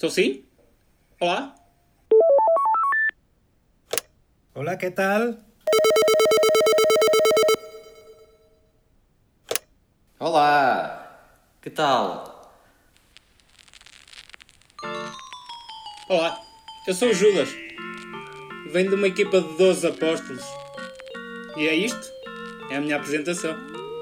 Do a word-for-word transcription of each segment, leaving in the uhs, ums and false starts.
Estou sim? Olá? Hola, ¿qué tal? Olá, que tal? Olá, eu sou o Judas. Venho de uma equipa de doze apóstolos. E é isto. É a minha apresentação.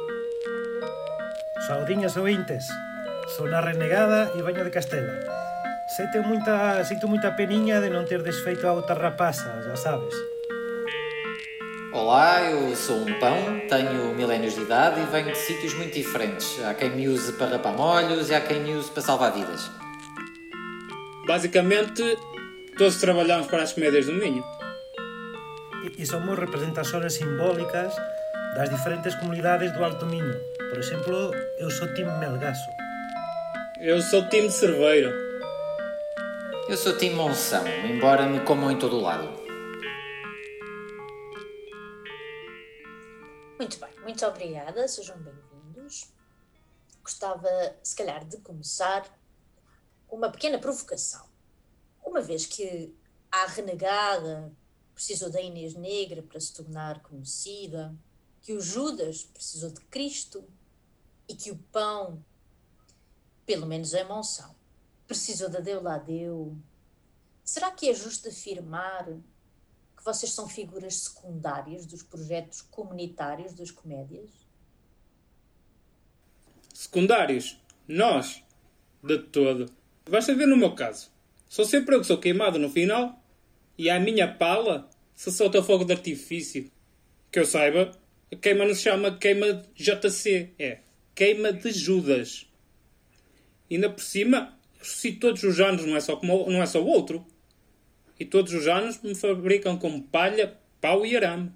Saudinhas ouvintes. Sou na Renegada e veño de Castela. Sinto moita, sinto moita peniña de non ter desfeito a outra rapaza, já sabes. Olá, eu sou um pão, tenho milénios de idade e venho de sítios muito diferentes. Há quem me use para rapar molhos e há quem me use para salvar vidas. Basicamente, todos trabalhamos para as comédias do Minho. E, e somos representações simbólicas das diferentes comunidades do Alto Minho. Por exemplo, eu sou time Melgaço. Eu sou time de Cerveiro. Eu sou time Monção, embora me comam em todo o lado. Muito bem, muito obrigada, sejam bem-vindos. Gostava, se calhar, de começar com uma pequena provocação. Uma vez que a renegada precisou da Inês Negra para se tornar conhecida, que o Judas precisou de Cristo e que o Pão, pelo menos em Monção, precisou da Deuladeu, será que é justo afirmar que vocês são figuras secundárias dos projetos comunitários das comédias? Secundários. Nós. De todo. Basta ver no meu caso. Sou sempre eu que sou queimado no final e à minha pala se solta fogo de artifício. Que eu saiba, a queima não se chama queima J C. É queima de Judas. E ainda por cima, ressuscito todos os anos, não é só, como, não é só o outro. E todos os anos me fabricam com palha, pau e arame.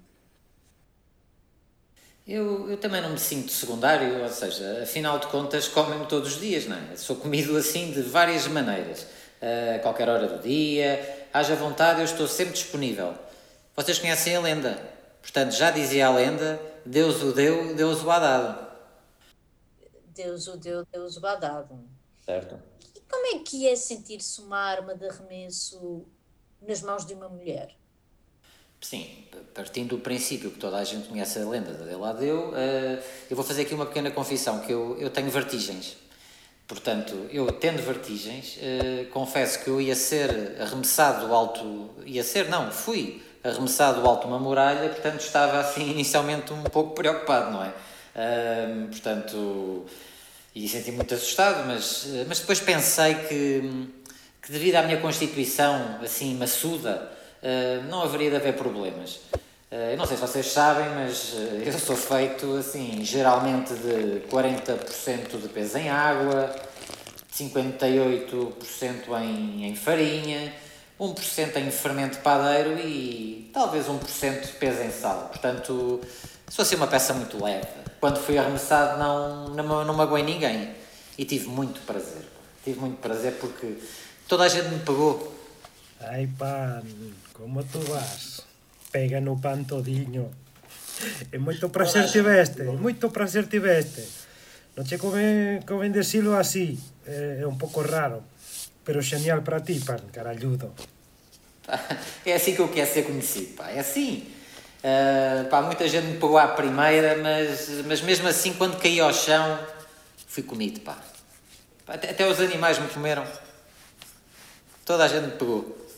Eu, eu também não me sinto secundário, ou seja, afinal de contas comem-me todos os dias, não é? Sou comido assim de várias maneiras. A qualquer hora do dia, haja vontade, eu estou sempre disponível. Vocês conhecem a lenda. Portanto, já dizia a lenda, Deus o deu, Deus o há dado. Deus o deu, Deus o há dado. Certo. E como é que é sentir-se uma arma de arremesso nas mãos de uma mulher? Sim, partindo do princípio que toda a gente conhece a lenda da Deuladeu, eu vou fazer aqui uma pequena confissão, que eu, eu tenho vertigens. Portanto, eu tendo vertigens, confesso que eu ia ser arremessado do alto... Ia ser, não, fui arremessado do alto de uma muralha, portanto estava assim inicialmente um pouco preocupado, não é? Portanto, e senti muito assustado, mas, mas depois pensei que, que devido à minha constituição assim maçuda, Uh, não haveria de haver problemas. Uh, eu não sei se vocês sabem, mas uh, eu sou feito assim, geralmente de quarenta por cento de peso em água, cinquenta e oito por cento em, em farinha, um por cento em fermento padeiro e talvez um por cento de peso em sal. Portanto, sou assim uma peça muito leve. Quando fui arremessado não, não, não magoei ninguém e tive muito prazer. Tive muito prazer porque toda a gente me pegou. Ai, pan, como tu vas? Pega no pan todiño. É moito prazer tiveste, é moito prazer tiveste. Non che conven, conven decirlo así, é, é un pouco raro, pero genial para ti, pan, caralludo. É assim que eu quero ser conhecido, pá, é assim. Uh, pá, muita gente me pegou à primeira, mas, mas mesmo assim, quando caí ao chão, fui comido, pá. Até, até os animais me comeram. Toda a gente me pegou.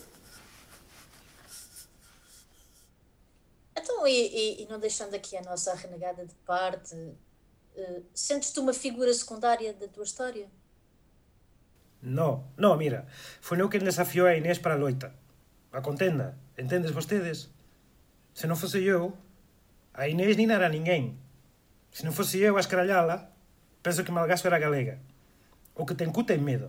Então, e, e, e não deixando aqui a nossa renegada de parte, uh, sentes-te uma figura secundária da tua história? No, no, mira, foi eu quen desafiou a Inés para a loita. A contenda, entendes vostedes? Se non fose eu, a Inés nin era ninguén. Se non fose eu a escarallala, penso que Malgaso era galega. O que ten cu ten medo.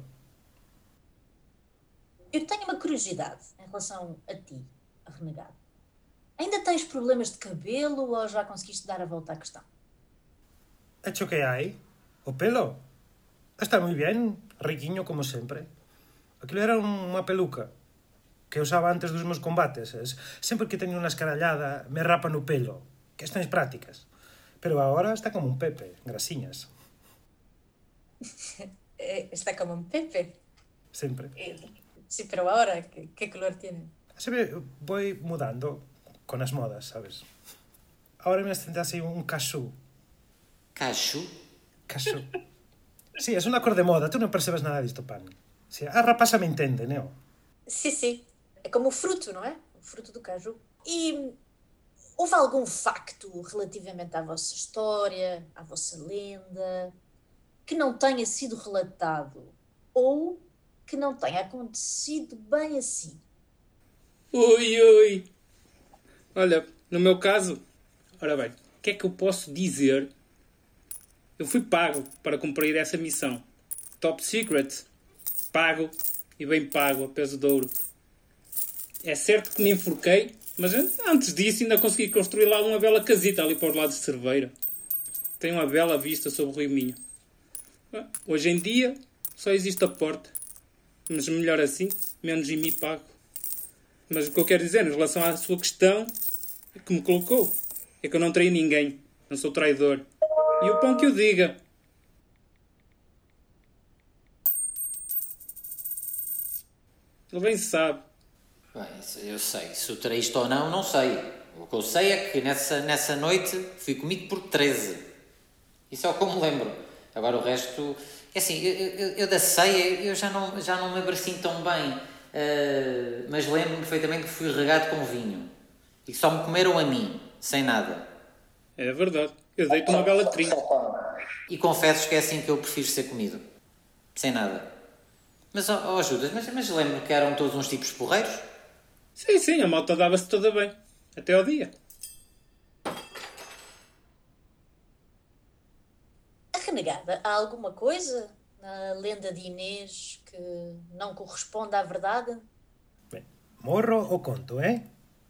Eu tenho uma curiosidade em relação a ti, a renegado. Ainda tens problemas de cabelo ou já conseguiste dar a volta à questão? Hecho que hai? O pelo? Está moi bien, riquiño como sempre. Aquilo era unha peluca que usaba antes dos meus combates. Sempre que teño unha escarallada, me rapa no pelo. Questões prácticas. Pero agora está como un Pepe, grasiñas. Está como un Pepe? Siempre. Sí, pero ahora, ¿qué, qué color tiene? Se ve, voy mudando con las modas, ¿sabes? Ahora me siento así un casú. Cacho? Casú. Sí, es una cor de moda, tú non percebes nada disto, pan. Sí, a rapaza me entende, neo. Sim, sim. É como o fruto, não é? O fruto do caju. E houve algum facto relativamente à vossa história, à vossa lenda, que não tenha sido relatado ou que não tenha acontecido bem assim? Ui, ui. Olha, no meu caso, ora bem, o que é que eu posso dizer? Eu fui pago para cumprir essa missão. Top Secret. Pago e bem pago, a peso de ouro. É certo que me enforquei, mas antes disso ainda consegui construir lá uma bela casita ali para os lados de Cerveira. Tem uma bela vista sobre o Rio Minho. Hoje em dia só existe a porta. Mas melhor assim, menos em mim pago. Mas o que eu quero dizer em relação à sua questão que me colocou é que eu não traí ninguém. Não sou traidor. E o pão que o diga. Ele bem sabe. Bem, eu sei. Se o traíste ou não, não sei. O que eu sei é que nessa, nessa noite fui comido por treze. Isso é o que eu me lembro. Agora o resto... É assim, eu, eu, eu da ceia eu já não, já não me lembro assim tão bem. Uh, mas lembro-me perfeitamente que fui regado com vinho. E que só me comeram a mim, sem nada. É verdade. Eu dei-te uma bela trinca. E confesso que é assim que eu prefiro ser comido. Sem nada. Mas, ó oh, Judas, mas, mas lembro que eram todos uns tipos porreiros? Sim, sim, a malta dava-se toda bem. Até ao dia. A renegada, há alguma coisa na lenda de Inês que não corresponde à verdade? Bem, morro o conto, eh?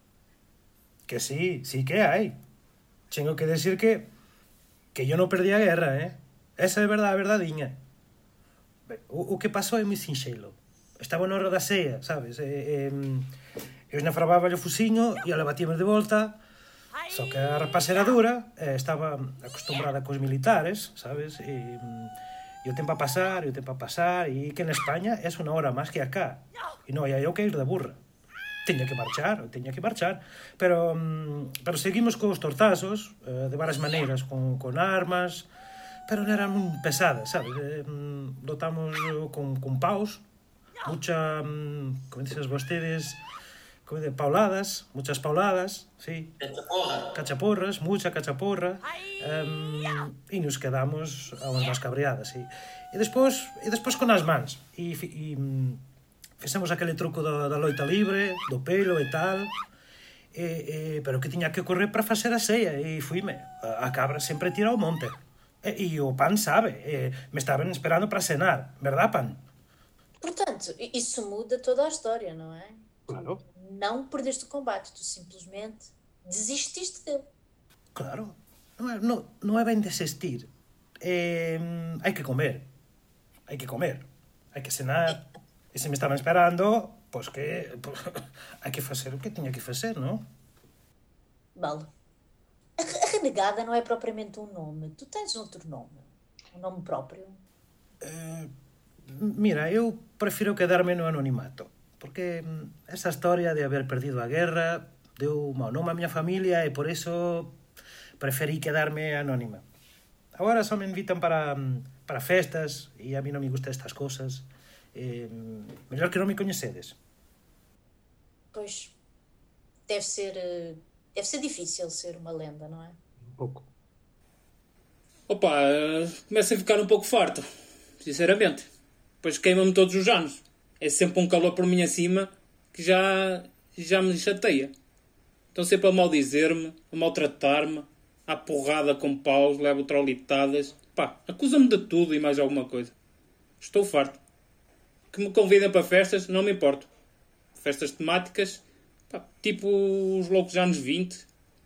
Que sí, sí que hai. Tengo que decir que que yo no perdí a guerra, eh? Esa é verdade, a verdadiña. Ben, o, o que pasou é moi sinxelo. Estaba no hora da ceia, sabes? E, e, eu esnafrababa o fusiño e ela batíamos de volta, só que a rapaza era dura, e estaba acostumbrada cos militares, sabes? E, e o tempo a pasar, e o tempo a pasar, e que en España é unha hora máis que acá. E non hai eu que ir de burra. Teña que marchar, teña que marchar, pero, pero seguimos cos tortazos, eh, de varias maneiras, con, con armas, pero non eran moi pesadas, sabes? Eh, lotamos con, con paus, mucha, como dices vostedes, como dices, pauladas, muchas pauladas, sí. Cachaporra. Cachaporras, mucha cachaporra, um, e nos quedamos a unhas más cabreadas, sí. E despois, e despois con as mans, e, e fixemos aquele truco da, da loita libre, do pelo e tal, e, e, pero que tiña que correr para facer a ceia, e fuime. A, a cabra sempre tira ao monte. E, e o pan sabe, e, me estaban esperando para cenar, verdad, pan? Portanto, isso muda toda a história, não é? Claro. Tu não perdeste o combate, tu simplesmente desististe dele. Claro. Non é, non, non é ben desistir. Eh, hai que comer. Hai que comer. Hai que cenar. E se me estaban esperando, pois que... Pues, hai que facer o que tiña que facer, non? Vale. A, a renegada não é propriamente um nome. Tu tens outro nome? Um nome próprio? Eh, mira, eu prefiro quedarme no anonimato. Porque esa historia de haber perdido a guerra deu mau nome a miña familia e por eso preferí quedarme anónima. Agora só me invitan para, para festas e a mí non me gustan estas cosas. Eh, mellor que non me coñecedes. Pois, deve ser, deve ser difícil ser uma lenda, não é? Un pouco. Opa, começo a ficar um pouco farto. Sinceramente. Pois queima-me todos os anos. É sempre um calor por mim acima que já, já me chateia. Estão sempre a maldizer-me, a maltratar-me, à porrada com paus, levo trolitadas. Pá, acusa-me de tudo e mais alguma coisa. Estou farto. Que me convidem para festas, não me importo. Festas temáticas, pá, tipo os loucos anos vinte.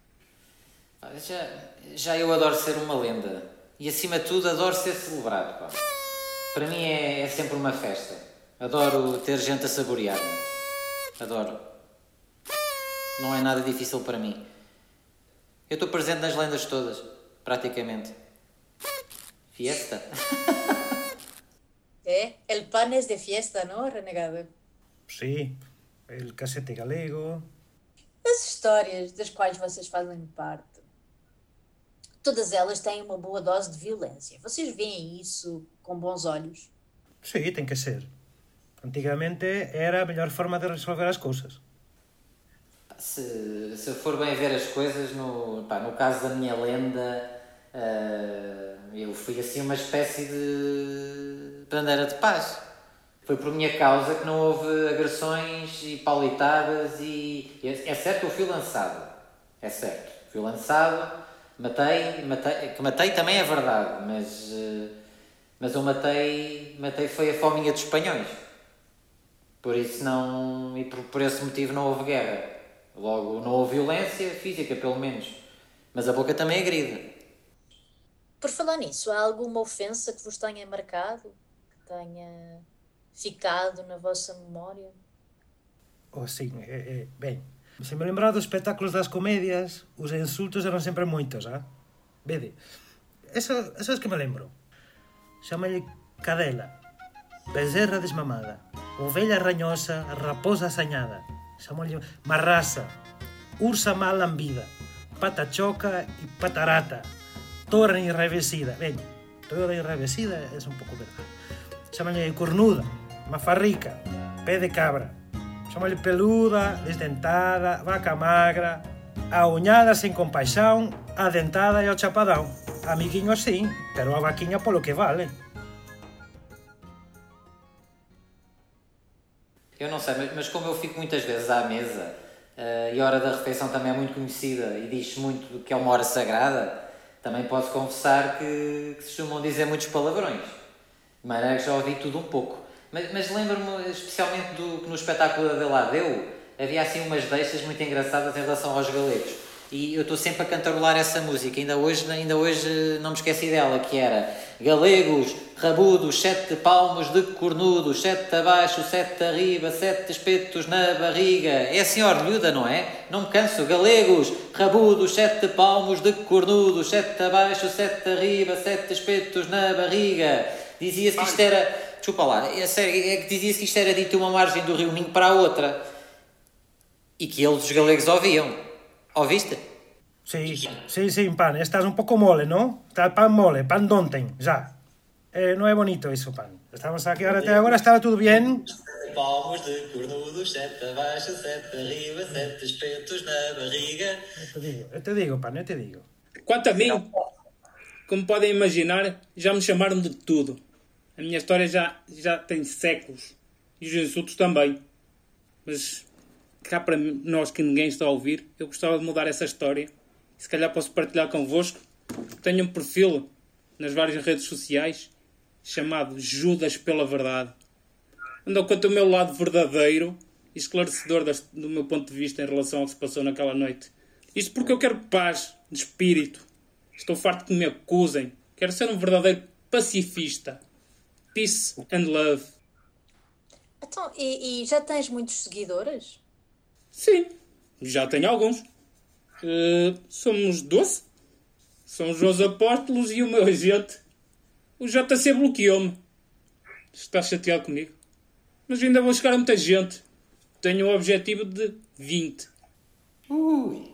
Já, já eu adoro ser uma lenda. E acima de tudo adoro ser celebrado, pá. Para mim é, é sempre uma festa. Adoro ter gente a saborear-me. Adoro. Não é nada difícil para mim. Eu estou presente nas lendas todas, praticamente. Fiesta. É, ¿eh? El pan es de fiesta, ¿no, renegado? Sí, el casete galego... As histórias das quais vocês fazem parte, todas elas têm uma boa dose de violência. Vocês veem isso com bons olhos? Sí, ten que ser. Antigamente era a mellor forma de resolver as cousas. Se, se eu for bem ver as coisas, no, pá, no caso da minha lenda, uh, eu fui assim uma espécie de bandeira de paz. Foi por minha causa que não houve agressões e paulitadas e... É certo que eu fui lançado. É certo. Fui lançado, matei, matei... Que matei também é verdade, mas... Mas eu matei... Matei foi a fominha dos espanhóis. Por isso não... E por, por esse motivo não houve guerra. Logo, não houve violência física, pelo menos. Mas a boca também agride. Por falar nisso, há alguma ofensa que vos tenha marcado? Que tenha... ficado na vossa memória? Oh, sim, é, é, ben, se me lembrar dos espetáculos das comedias, os insultos eran sempre moitos, ah? Vede, eso, eso es que me lembro. Chamalle cadela, bezerra desmamada, ovella rañosa, raposa asañada. Chamalle marrasa, ursa mal lambida, pata choca e patarata, torre enrevesida. Ben, torre enrevesida é un pouco verdade. Chamalle cornuda, mafarrica, pé de cabra. Chamalle peluda, desdentada, vaca magra, aoñada sen compaixón, adentada e ao chapadão. Amiguinho así, pero a vaquiña polo que vale. Eu não sei, mas, mas como eu fico muitas vezes à mesa, uh, e a hora da refeição também é muito conhecida e diz muito que é uma hora sagrada, também posso confessar que, que se costumam dizer muitos palavrões. De maneira que já ouvi tudo um pouco. Mas, mas lembro-me especialmente do que no espetáculo da Deladeu havia assim umas deixas muito engraçadas em relação aos galegos. E eu estou sempre a cantarolar essa música. Ainda hoje, ainda hoje não me esqueci dela, que era galegos, rabudos, sete palmos de cornudos, sete abaixo, sete arriba, sete espetos na barriga. É assim orlhuda, não é? Não me canso. Galegos, rabudos, sete palmos de cornudos, sete abaixo, sete arriba, sete espetos na barriga. Dizia-se que isto era... Desculpa lá, é sério, é que dizia-se que isto era dito uma margem do Rio Minho para a outra. E que eles, os galegos, ouviam. Ouviste? Sí, sí, sí, pan, estás un pouco mole, ¿no? Está pan mole, pan de ontem, já. Eh, non é bonito iso, pan. Estamos aquí ahora, até agora estaba tudo bien. Palmos de cornudos, sete abaixo, sete arriba, sete espetos na barriga. Eu te digo, eu te digo, pan, eu te digo. Quanto a mim, como podem imaginar, já me chamaram de tudo. A minha história já, já tem séculos. E os insultos também. Mas cá para nós que ninguém está a ouvir, eu gostava de mudar essa história. E se calhar posso partilhar convosco. Tenho um perfil nas várias redes sociais chamado Judas pela Verdade. Onde eu conto o meu lado verdadeiro e esclarecedor do meu ponto de vista em relação ao que se passou naquela noite. Isto porque eu quero paz de espírito. Estou farto que me acusem. Quero ser um verdadeiro pacifista. Peace and love. Então, e, e já tens muitos seguidores? Sim, já tenho alguns. Uh, somos doze. São os meus apóstolos e o meu agente. O J C bloqueou-me. Está chateado comigo. Mas ainda vou chegar a muita gente. Tenho um objetivo de vinte. Ui.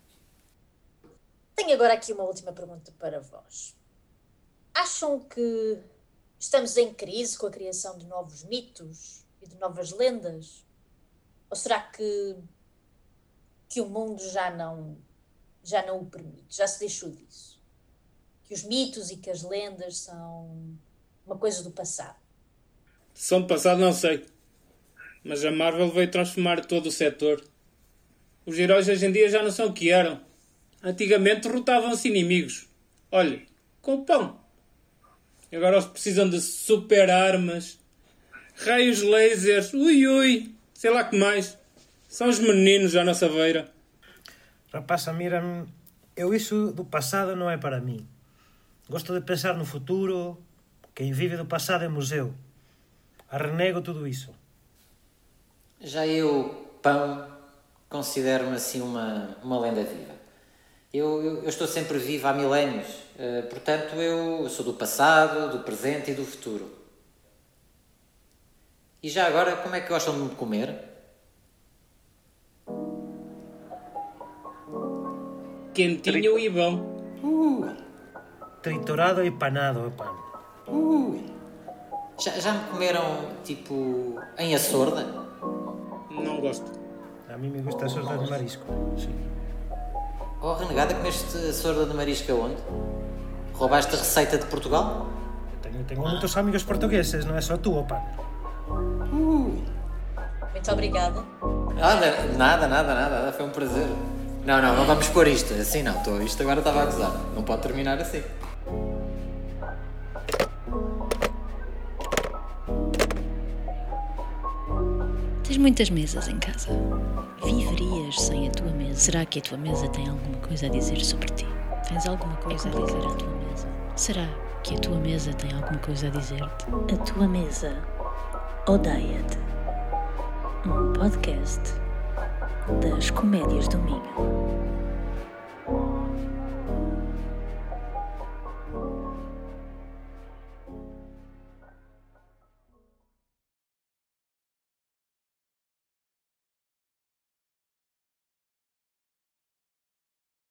Tenho agora aqui uma última pergunta para vós. Acham que estamos em crise com a criação de novos mitos e de novas lendas? Ou será que, que o mundo já não, já não o permite? Já se deixou disso? Que os mitos e que as lendas são uma coisa do passado? São do passado, não sei. Mas a Marvel veio transformar todo o setor. Os heróis hoje em dia já não são o que eram. Antigamente derrotavam-se inimigos. Olha, com pão. Agora eles precisam de super armas, raios lasers, ui ui, sei lá que mais. São os meninos à nossa beira. Rapaza, mira, eu iso do pasado non é para mí. Gosto de pensar no futuro, quem vive do pasado é museu. Arrenego tudo isso. Já eu, pão, considero-me assim uma, uma lenda viva. Eu, eu, eu estou sempre vivo há milénios, uh, portanto eu, eu sou do passado, do presente e do futuro. E já agora, como é que gostam de me comer? Quentinho e bom. Ui, Triturado e panado o pão. ui. Já, já me comeram, tipo, em açorda? Não gosto. A mí me gusta a sorda de marisco. Sí. Oh, renegada, comeste açorda de marisco aonde? Roubaste a receita de Portugal? Tengo, tengo muitos amigos portugueses, não é só tu, opa. Muito obrigada. Nada, nada, nada, nada, foi um prazer. Não, não, não vamos pôr isto, assim não, tô, isto agora estava a gozar, não pode terminar assim. Tens muitas mesas em casa. Viverias sem a tua mesa? Será que a tua mesa tem alguma coisa a dizer sobre ti? Tens alguma coisa a dizer à tua mesa? Será que a tua mesa tem alguma coisa a dizer-te? A tua mesa odeia-te. Um podcast das Comédias do Minho.